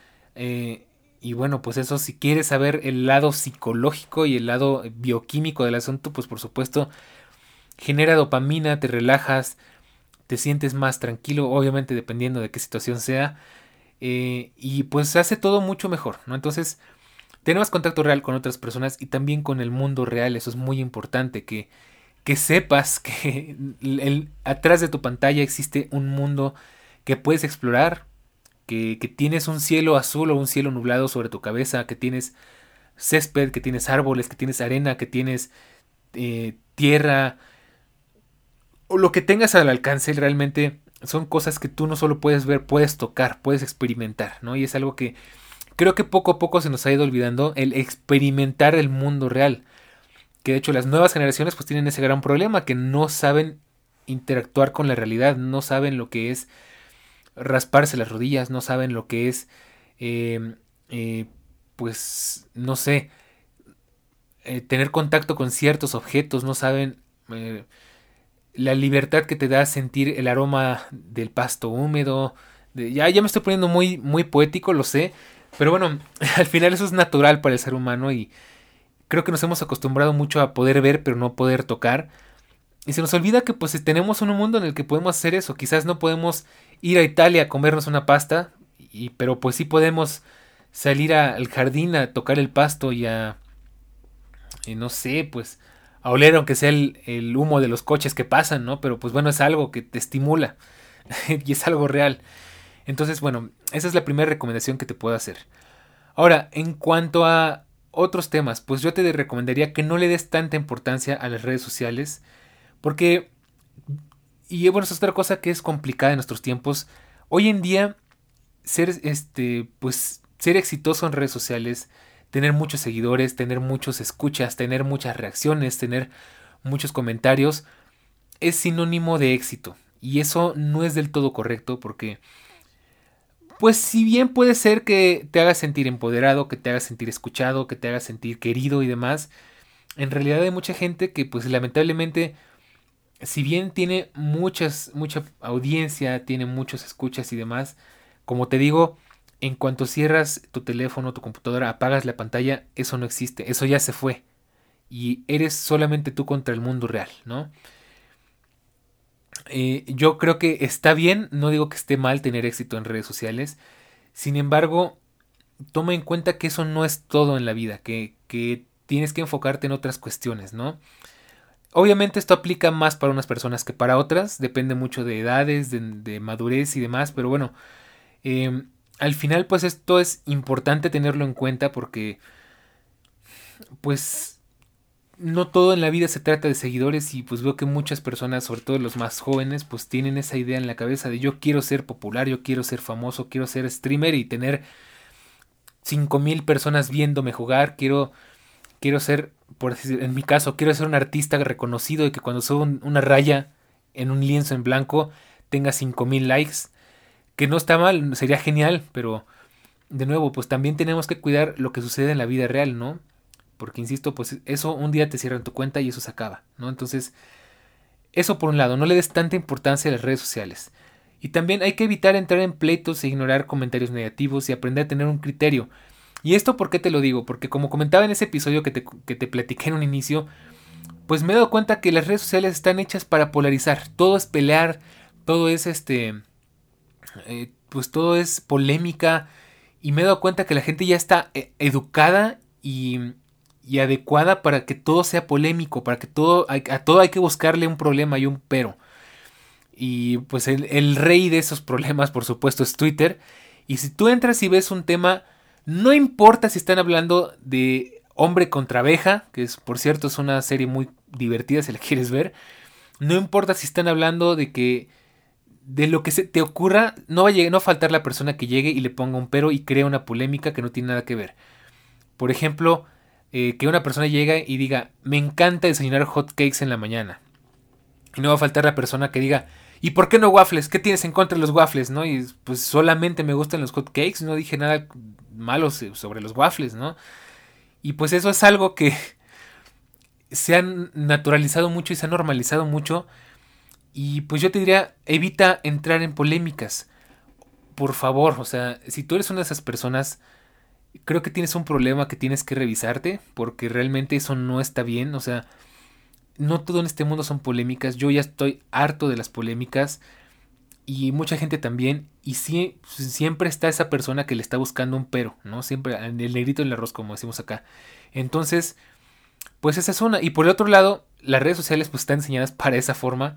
Y bueno, pues eso, si quieres saber el lado psicológico y el lado bioquímico del asunto, pues por supuesto genera dopamina, te relajas, te sientes más tranquilo, obviamente dependiendo de qué situación sea. Y pues hace todo mucho mejor, ¿no? Entonces, tenemos contacto real con otras personas y también con el mundo real. Eso es muy importante, que sepas que atrás de tu pantalla existe un mundo que puedes explorar, que tienes un cielo azul o un cielo nublado sobre tu cabeza, que tienes césped, que tienes árboles, que tienes arena, que tienes tierra, o lo que tengas al alcance. Realmente son cosas que tú no solo puedes ver, puedes tocar, puedes experimentar, ¿no? Y es algo que creo que poco a poco se nos ha ido olvidando, el experimentar el mundo real. Que de hecho las nuevas generaciones pues tienen ese gran problema, que no saben interactuar con la realidad, no saben lo que es rasparse las rodillas, no saben lo que es, eh, eh, pues, no sé, tener contacto con ciertos objetos, no saben la libertad que te da sentir el aroma del pasto húmedo. Ya me estoy poniendo muy, muy poético, lo sé, pero bueno, al final eso es natural para el ser humano y creo que nos hemos acostumbrado mucho a poder ver pero no poder tocar. Y se nos olvida que pues tenemos un mundo en el que podemos hacer eso. Quizás no podemos ir a Italia a comernos una pasta, pero pues sí podemos salir al jardín a tocar el pasto y no sé, pues a oler aunque sea el humo de los coches que pasan, ¿no? Pero pues bueno, es algo que te estimula y es algo real. Entonces, bueno, esa es la primera recomendación que te puedo hacer. Ahora, en cuanto a otros temas, pues yo te recomendaría que no le des tanta importancia a las redes sociales, porque, y bueno, es otra cosa que es complicada en nuestros tiempos. Hoy en día, ser exitoso en redes sociales, tener muchos seguidores, tener muchos escuchas, tener muchas reacciones, tener muchos comentarios, es sinónimo de éxito. Y eso no es del todo correcto porque, pues si bien puede ser que te haga sentir empoderado, que te haga sentir escuchado, que te haga sentir querido y demás, en realidad hay mucha gente que pues lamentablemente, si bien tiene mucha audiencia, tiene muchos escuchas y demás, como te digo, en cuanto cierras tu teléfono, tu computadora, apagas la pantalla, eso no existe, eso ya se fue. Y eres solamente tú contra el mundo real, ¿no? Yo creo que está bien, no digo que esté mal tener éxito en redes sociales, sin embargo, toma en cuenta que eso no es todo en la vida, que tienes que enfocarte en otras cuestiones, ¿no? Obviamente esto aplica más para unas personas que para otras, depende mucho de edades, de madurez y demás, pero bueno, al final pues esto es importante tenerlo en cuenta porque pues no todo en la vida se trata de seguidores y pues veo que muchas personas, sobre todo los más jóvenes, pues tienen esa idea en la cabeza de yo quiero ser popular, yo quiero ser famoso, quiero ser streamer y tener 5,000 personas viéndome jugar, quiero ser, por decir, en mi caso, quiero ser un artista reconocido y que cuando suba una raya en un lienzo en blanco tenga 5,000 likes, que no está mal, sería genial, pero de nuevo, pues también tenemos que cuidar lo que sucede en la vida real, ¿no? Porque insisto, pues eso un día te cierran tu cuenta y eso se acaba, ¿no? Entonces, eso por un lado, no le des tanta importancia a las redes sociales. Y también hay que evitar entrar en pleitos e ignorar comentarios negativos y aprender a tener un criterio. ¿Y esto por qué te lo digo? Porque como comentaba en ese episodio que te platiqué en un inicio, pues me he dado cuenta que las redes sociales están hechas para polarizar. Todo es pelear, todo es pues todo es polémica. Y me he dado cuenta que la gente ya está educada y adecuada para que todo sea polémico, para que a todo hay que buscarle un problema y un pero. Y pues el rey de esos problemas, por supuesto, es Twitter. Y si tú entras y ves un tema, no importa si están hablando de Hombre contra Abeja, que es, por cierto, es una serie muy divertida si la quieres ver. No importa si están hablando de lo que se te ocurra, no va a faltar la persona que llegue y le ponga un pero y crea una polémica que no tiene nada que ver. Por ejemplo, que una persona llegue y diga, me encanta desayunar hot cakes en la mañana. Y no va a faltar la persona que diga, ¿y por qué no waffles? ¿Qué tienes en contra de los waffles? ¿No? Y pues solamente me gustan los hot cakes, no dije nada malo sobre los waffles, ¿no? Y pues eso es algo que se ha naturalizado mucho y se ha normalizado mucho. Y pues yo te diría, evita entrar en polémicas. Por favor, o sea, si tú eres una de esas personas, creo que tienes un problema que tienes que revisarte, porque realmente eso no está bien, o sea, no todo en este mundo son polémicas, yo ya estoy harto de las polémicas y mucha gente también, y sí, siempre está esa persona que le está buscando un pero, ¿no? Siempre el negrito en el arroz, como decimos acá. Entonces, pues esa es una. Y por el otro lado, las redes sociales pues están diseñadas para esa forma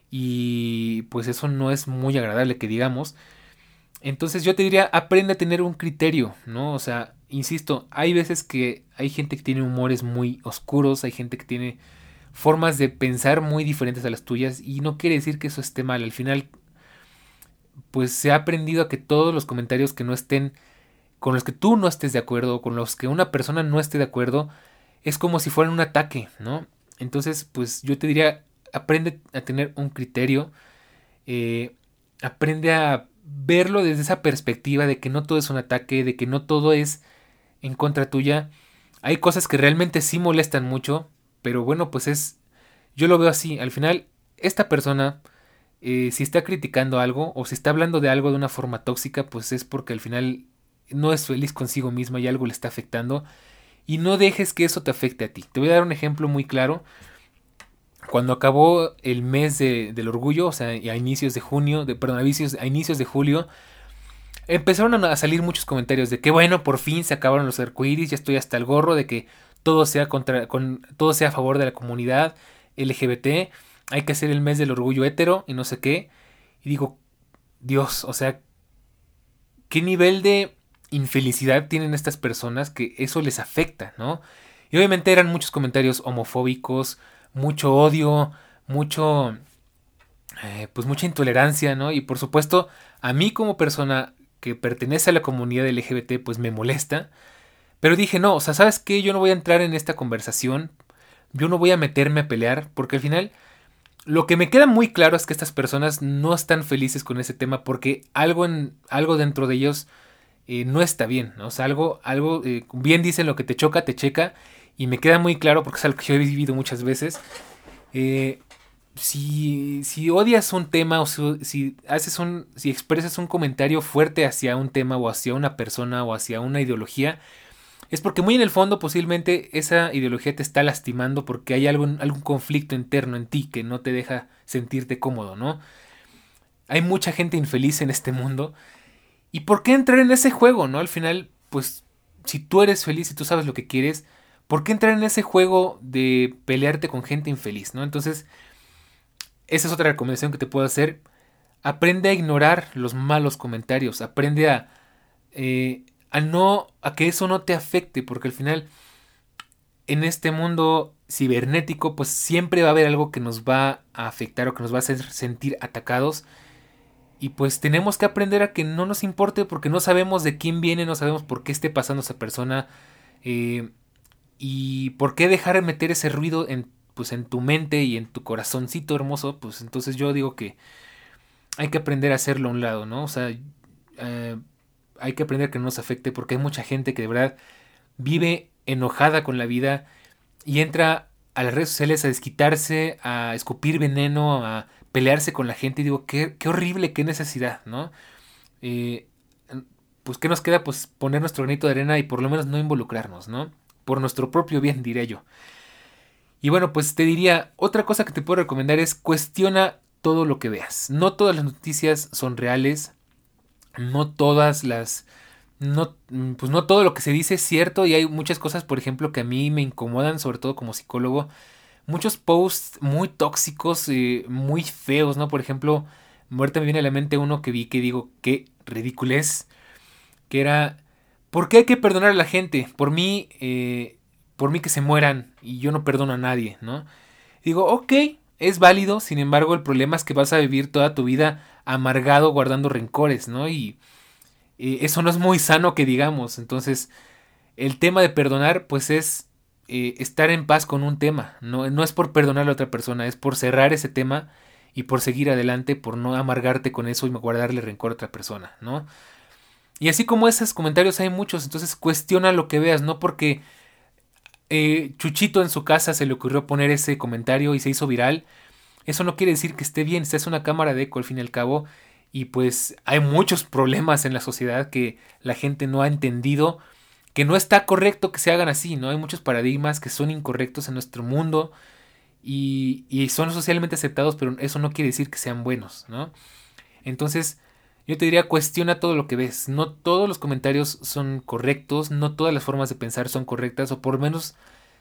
y pues eso no es muy agradable que digamos. Entonces yo te diría, aprende a tener un criterio, ¿no? O sea, insisto, hay veces que hay gente que tiene humores muy oscuros, hay gente que tiene formas de pensar muy diferentes a las tuyas y no quiere decir que eso esté mal. Al final, pues se ha aprendido a que todos los comentarios que no estén, con los que tú no estés de acuerdo, o con los que una persona no esté de acuerdo, es como si fueran un ataque, ¿no? Entonces, pues yo te diría, aprende a tener un criterio, aprende a verlo desde esa perspectiva de que no todo es un ataque, de que no todo es en contra tuya. Hay cosas que realmente sí molestan mucho, pero bueno, pues yo lo veo así. Al final, esta persona, si está criticando algo o si está hablando de algo de una forma tóxica, pues es porque al final no es feliz consigo misma y algo le está afectando. Y no dejes que eso te afecte a ti. Te voy a dar un ejemplo muy claro. Cuando acabó el mes del orgullo, o sea, a inicios de junio, a inicios de julio, empezaron a salir muchos comentarios de que bueno, por fin se acabaron los arcoíris, ya estoy hasta el gorro de que todo sea todo sea a favor de la comunidad LGBT, hay que hacer el mes del orgullo hetero y no sé qué. Y digo, Dios, o sea, ¿qué nivel de infelicidad tienen estas personas que eso les afecta, ¿no? Y obviamente eran muchos comentarios homofóbicos, mucho odio, pues mucha intolerancia, ¿no? Y por supuesto, a mí como persona que pertenece a la comunidad LGBT, pues me molesta. Pero dije, no, o sea, ¿sabes qué? Yo no voy a entrar en esta conversación, yo no voy a meterme a pelear, porque al final lo que me queda muy claro es que estas personas no están felices con ese tema porque algo dentro de ellos no está bien, ¿no? O sea, bien dicen lo que te choca, te checa, y me queda muy claro porque es algo que yo he vivido muchas veces. Eh, si odias un tema o si expresas un comentario fuerte hacia un tema o hacia una persona o hacia una ideología, es porque muy en el fondo posiblemente esa ideología te está lastimando porque hay algún conflicto interno en ti que no te deja sentirte cómodo, ¿no? Hay mucha gente infeliz en este mundo. ¿Y por qué entrar en ese juego, no? Al final, pues, si tú eres feliz y tú sabes lo que quieres, ¿por qué entrar en ese juego de pelearte con gente infeliz, no? Entonces, esa es otra recomendación que te puedo hacer. Aprende a ignorar los malos comentarios. Aprende a que eso no te afecte. Porque al final, en este mundo cibernético, pues siempre va a haber algo que nos va a afectar o que nos va a hacer sentir atacados. Y pues tenemos que aprender a que no nos importe porque no sabemos de quién viene, no sabemos por qué esté pasando esa persona. Y por qué dejar de meter ese ruido pues en tu mente y en tu corazoncito hermoso. Pues entonces yo digo que hay que aprender a hacerlo a un lado, ¿no? O sea, hay que aprender a que no nos afecte porque hay mucha gente que de verdad vive enojada con la vida y entra a las redes sociales a desquitarse, a escupir veneno, a pelearse con la gente. Y digo, qué horrible, qué necesidad, ¿no? Eh, pues qué nos queda, pues poner nuestro granito de arena y por lo menos no involucrarnos, ¿no? Por nuestro propio bien, diré yo. Y bueno, pues te diría, otra cosa que te puedo recomendar es cuestiona todo lo que veas. No todas las noticias son reales, no todas las pues no todo lo que se dice es cierto y hay muchas cosas, por ejemplo, que a mí me incomodan, sobre todo como psicólogo. Muchos posts muy tóxicos, muy feos, ¿no? Por ejemplo, ahorita me viene a la mente uno que vi que digo, qué ridiculez, que era, ¿por qué hay que perdonar a la gente? Por mí que se mueran y yo no perdono a nadie, ¿no? Digo, ok, es válido, sin embargo, el problema es que vas a vivir toda tu vida amargado guardando rencores, ¿no? Y eso no es muy sano que digamos. Entonces, el tema de perdonar, pues es estar en paz con un tema. No es por perdonar a la otra persona, es por cerrar ese tema y por seguir adelante, por no amargarte con eso y guardarle rencor a otra persona, ¿no? Y así como esos comentarios hay muchos, entonces cuestiona lo que veas, no porque Chuchito en su casa se le ocurrió poner ese comentario y se hizo viral. Eso no quiere decir que esté bien, esta es una cámara de eco al fin y al cabo. Y pues hay muchos problemas en la sociedad que la gente no ha entendido, que no está correcto que se hagan así, ¿no? Hay muchos paradigmas que son incorrectos en nuestro mundo y son socialmente aceptados, pero eso no quiere decir que sean buenos, ¿no? Entonces, yo te diría, cuestiona todo lo que ves. No todos los comentarios son correctos, no todas las formas de pensar son correctas, o por lo menos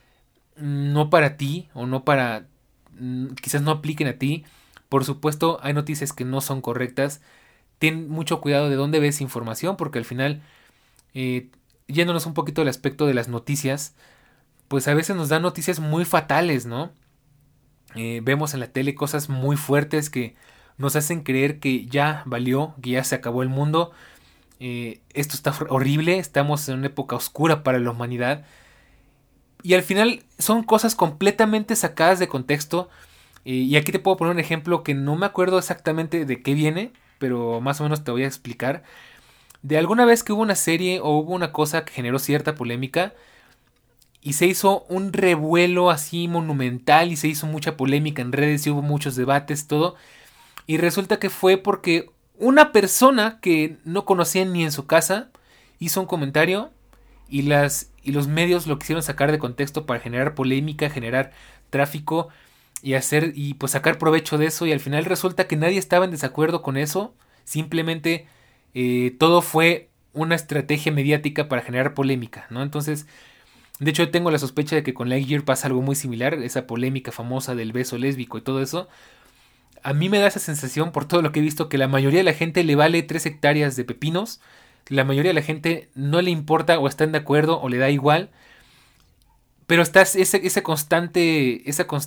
no para ti, o no para... quizás no apliquen a ti. Por supuesto, hay noticias que no son correctas. Ten mucho cuidado de dónde ves información, porque al final, yéndonos un poquito al aspecto de las noticias, pues a veces nos dan noticias muy fatales, ¿no? Vemos en la tele cosas muy fuertes que nos hacen creer que ya valió, que ya se acabó el mundo. Esto está horrible, estamos en una época oscura para la humanidad. Y al final son cosas completamente sacadas de contexto. Y aquí te puedo poner un ejemplo que no me acuerdo exactamente de qué viene. pero más o menos te voy a explicar. De alguna vez que hubo una serie o hubo una cosa que generó cierta polémica y se hizo un revuelo así monumental y se hizo mucha polémica en redes y hubo muchos debates, todo. Y resulta que fue porque una persona que no conocían ni en su casa hizo un comentario y los medios lo quisieron sacar de contexto para generar polémica, generar tráfico y pues sacar provecho de eso, y al final resulta que nadie estaba en desacuerdo con eso, simplemente todo fue una estrategia mediática para generar polémica, ¿no? Entonces, de hecho yo tengo la sospecha de que con Lightyear pasa algo muy similar, esa polémica famosa del beso lésbico y todo eso. A mí me da esa sensación por todo lo que he visto que la mayoría de la gente le vale 3 hectáreas de pepinos, la mayoría de la gente no le importa o están de acuerdo o le da igual, pero está esa constante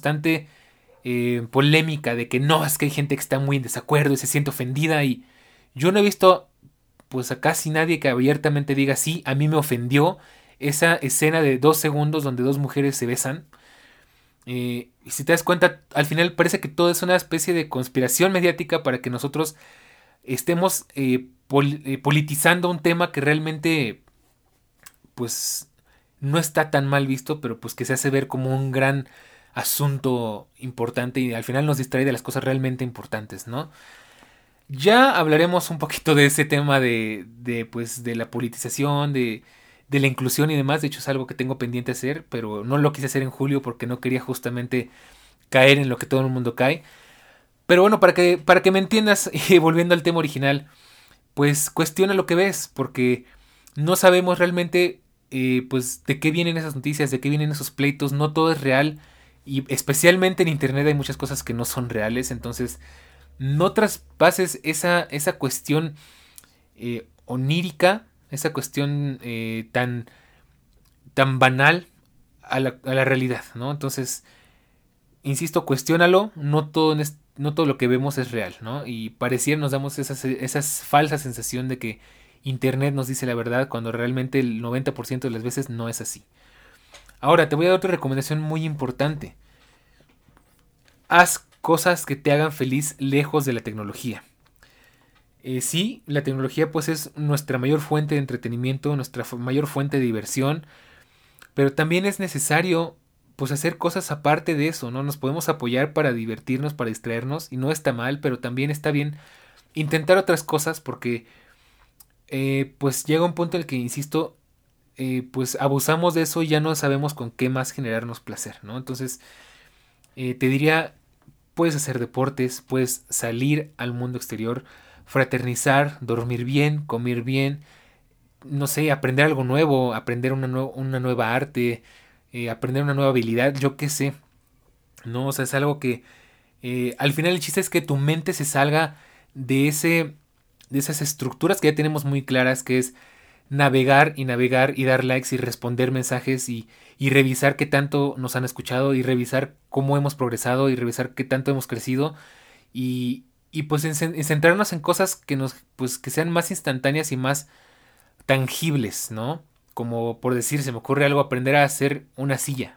polémica de que no, es que hay gente que está muy en desacuerdo y se siente ofendida, y yo no he visto pues a casi nadie que abiertamente diga sí, a mí me ofendió esa escena de 2 segundos donde dos mujeres se besan. Y si te das cuenta, al final parece que todo es una especie de conspiración mediática para que nosotros estemos politizando un tema que realmente pues no está tan mal visto, pero pues que se hace ver como un gran asunto importante y al final nos distrae de las cosas realmente importantes, ¿no? Ya hablaremos un poquito de ese tema pues, de la politización, de la inclusión y demás. De hecho es algo que tengo pendiente hacer, pero no lo quise hacer en julio porque no quería justamente caer en lo que todo el mundo cae. Pero bueno, para que me entiendas, y volviendo al tema original, pues cuestiona lo que ves, porque no sabemos realmente pues de qué vienen esas noticias, de qué vienen esos pleitos, no todo es real, y especialmente en internet hay muchas cosas que no son reales, entonces no traspases esa cuestión onírica, esa cuestión tan banal a la realidad, ¿no? Entonces, insisto, cuestiónalo, no todo lo que vemos es real, ¿no? Y pareciera nos damos esas falsa sensación de que internet nos dice la verdad cuando realmente el 90% de las veces no es así. Ahora, te voy a dar otra recomendación muy importante. Haz cosas que te hagan feliz lejos de la tecnología. Sí, la tecnología pues es nuestra mayor fuente de entretenimiento, nuestra mayor fuente de diversión, pero también es necesario pues hacer cosas aparte de eso, ¿no? Nos podemos apoyar para divertirnos, para distraernos, y no está mal, pero también está bien intentar otras cosas porque pues llega un punto en el que, insisto, pues abusamos de eso y ya no sabemos con qué más generarnos placer, ¿no? Entonces, te diría, puedes hacer deportes, puedes salir al mundo exterior, fraternizar, dormir bien, comer bien, no sé, aprender algo nuevo, aprender una nueva arte, aprender una nueva habilidad, yo qué sé, ¿no? O sea, es algo que al final el chiste es que tu mente se salga de esas estructuras que ya tenemos muy claras, que es navegar y dar likes y responder mensajes y revisar qué tanto nos han escuchado y revisar cómo hemos progresado y revisar qué tanto hemos crecido y pues en centrarnos en cosas pues que sean más instantáneas y más tangibles, ¿no? Como por decir, se me ocurre algo, aprender a hacer una silla.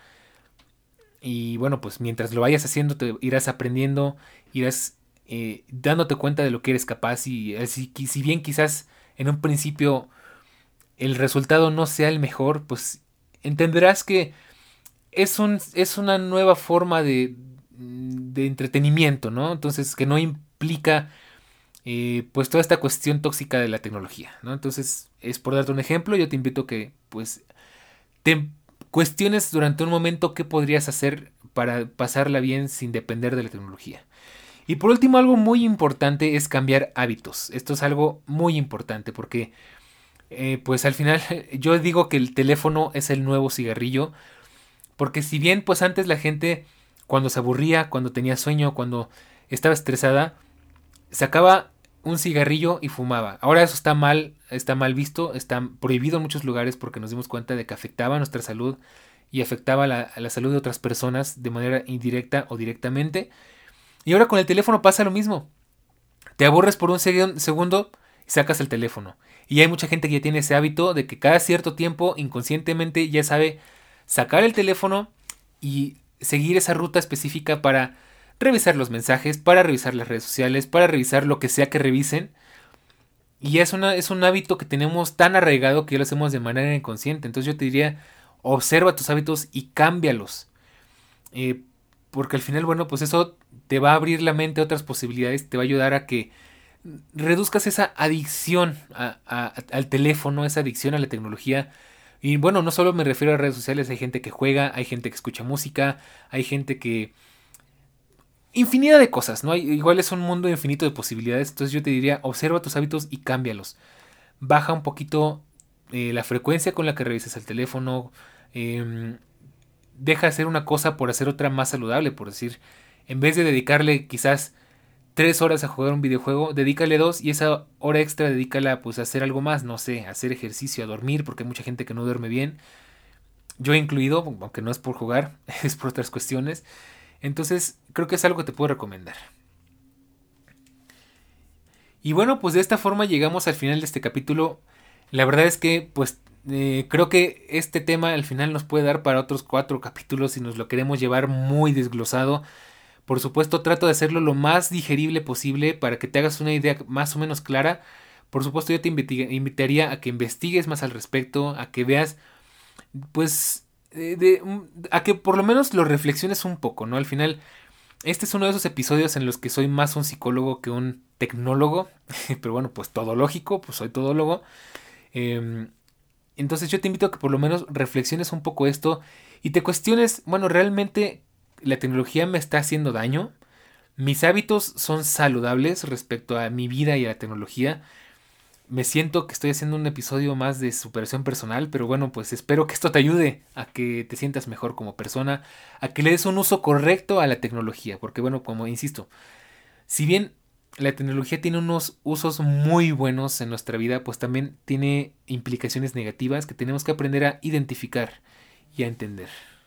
Y bueno, pues mientras lo vayas haciendo te irás aprendiendo, irás dándote cuenta de lo que eres capaz y si bien quizás en un principio el resultado no sea el mejor, pues entenderás que es una nueva forma de entretenimiento, ¿no? Entonces que no implica pues toda esta cuestión tóxica de la tecnología, ¿no? Entonces es por darte un ejemplo, yo te invito a que pues te cuestiones durante un momento qué podrías hacer para pasarla bien sin depender de la tecnología. Y por último, algo muy importante es cambiar hábitos. Esto es algo muy importante porque pues al final yo digo que el teléfono es el nuevo cigarrillo, porque si bien pues antes la gente cuando se aburría, cuando tenía sueño, cuando estaba estresada, sacaba un cigarrillo y fumaba. Ahora eso está mal visto, está prohibido en muchos lugares porque nos dimos cuenta de que afectaba nuestra salud y afectaba a la salud de otras personas de manera indirecta o directamente. Y ahora con el teléfono pasa lo mismo. Te aburres por un segundo y sacas el teléfono. Y hay mucha gente que ya tiene ese hábito de que cada cierto tiempo inconscientemente ya sabe sacar el teléfono y seguir esa ruta específica para revisar los mensajes, para revisar las redes sociales, para revisar lo que sea que revisen. Y es un hábito que tenemos tan arraigado que ya lo hacemos de manera inconsciente. Entonces yo te diría, observa tus hábitos y cámbialos. Porque al final, bueno, pues eso te va a abrir la mente a otras posibilidades, te va a ayudar a que reduzcas esa adicción al teléfono, esa adicción a la tecnología. Y bueno, no solo me refiero a redes sociales, hay gente que juega, hay gente que escucha música, hay gente que... Infinidad de cosas, ¿no? Igual es un mundo infinito de posibilidades, entonces yo te diría, observa tus hábitos y cámbialos. Baja un poquito la frecuencia con la que revisas el teléfono, deja de hacer una cosa por hacer otra más saludable, por decir, en vez de dedicarle quizás 3 horas a jugar un videojuego, dedícale 2 y esa hora extra dedícala pues a hacer algo más, no sé, a hacer ejercicio, a dormir, porque hay mucha gente que no duerme bien, yo he incluido, aunque no es por jugar, es por otras cuestiones. Entonces creo que es algo que te puedo recomendar. Y bueno, pues de esta forma llegamos al final de este capítulo. La verdad es que pues creo que este tema al final nos puede dar para otros 4 capítulos si nos lo queremos llevar muy desglosado. Por supuesto trato de hacerlo lo más digerible posible para que te hagas una idea más o menos clara. Por supuesto yo te invitaría a que investigues más al respecto, a que veas pues... a que por lo menos lo reflexiones un poco, ¿no? Al final, este es uno de esos episodios en los que soy más un psicólogo que un tecnólogo, pero bueno, pues todológico, pues soy todólogo. Entonces yo te invito a que por lo menos reflexiones un poco esto y te cuestiones, bueno, ¿realmente la tecnología me está haciendo daño? ¿Mis hábitos son saludables respecto a mi vida y a la tecnología? Me siento que estoy haciendo un episodio más de superación personal, pero bueno, pues espero que esto te ayude a que te sientas mejor como persona, a que le des un uso correcto a la tecnología, porque bueno, como insisto, si bien la tecnología tiene unos usos muy buenos en nuestra vida, pues también tiene implicaciones negativas que tenemos que aprender a identificar y a entender.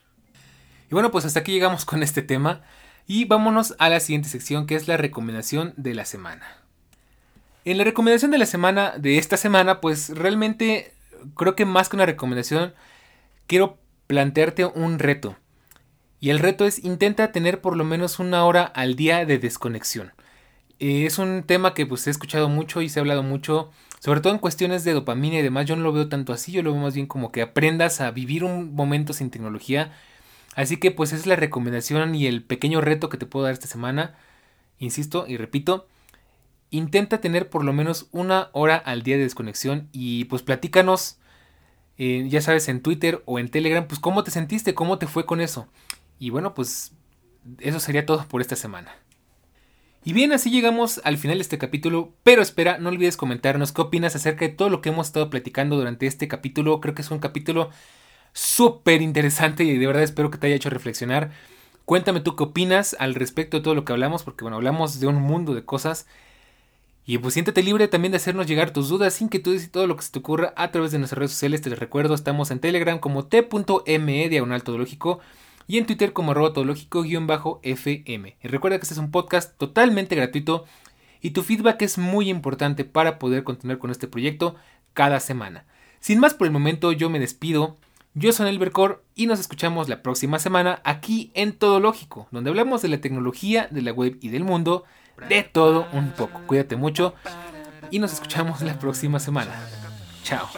Y bueno, pues hasta aquí llegamos con este tema y vámonos a la siguiente sección, que es la recomendación de la semana. En la recomendación de la semana, de esta semana, pues realmente creo que más que una recomendación, quiero plantearte un reto. Y el reto es intenta tener por lo menos 1 hora al día de desconexión. Es un tema que pues he escuchado mucho y se ha hablado mucho, sobre todo en cuestiones de dopamina y demás. Yo no lo veo tanto así, yo lo veo más bien como que aprendas a vivir un momento sin tecnología. Así que pues esa es la recomendación y el pequeño reto que te puedo dar esta semana. Insisto y repito. Intenta tener por lo menos 1 hora al día de desconexión y pues platícanos, ya sabes, en Twitter o en Telegram, pues cómo te sentiste, cómo te fue con eso. Y bueno, pues eso sería todo por esta semana. Y bien, así llegamos al final de este capítulo, pero espera, no olvides comentarnos qué opinas acerca de todo lo que hemos estado platicando durante este capítulo. Creo que es un capítulo súper interesante y de verdad espero que te haya hecho reflexionar. Cuéntame tú qué opinas al respecto de todo lo que hablamos, porque bueno, hablamos de un mundo de cosas. Y pues siéntete libre también de hacernos llegar tus dudas, inquietudes y todo lo que se te ocurra a través de nuestras redes sociales. Te les recuerdo, estamos en Telegram como t.me/todológico y en Twitter como @todológico_fm. Y recuerda que este es un podcast totalmente gratuito y tu feedback es muy importante para poder continuar con este proyecto cada semana. Sin más por el momento, yo me despido. Yo soy Elbercor y nos escuchamos la próxima semana aquí en Todológico, donde hablamos de la tecnología, de la web y del mundo, de todo un poco. Cuídate mucho y nos escuchamos la próxima semana. Chao.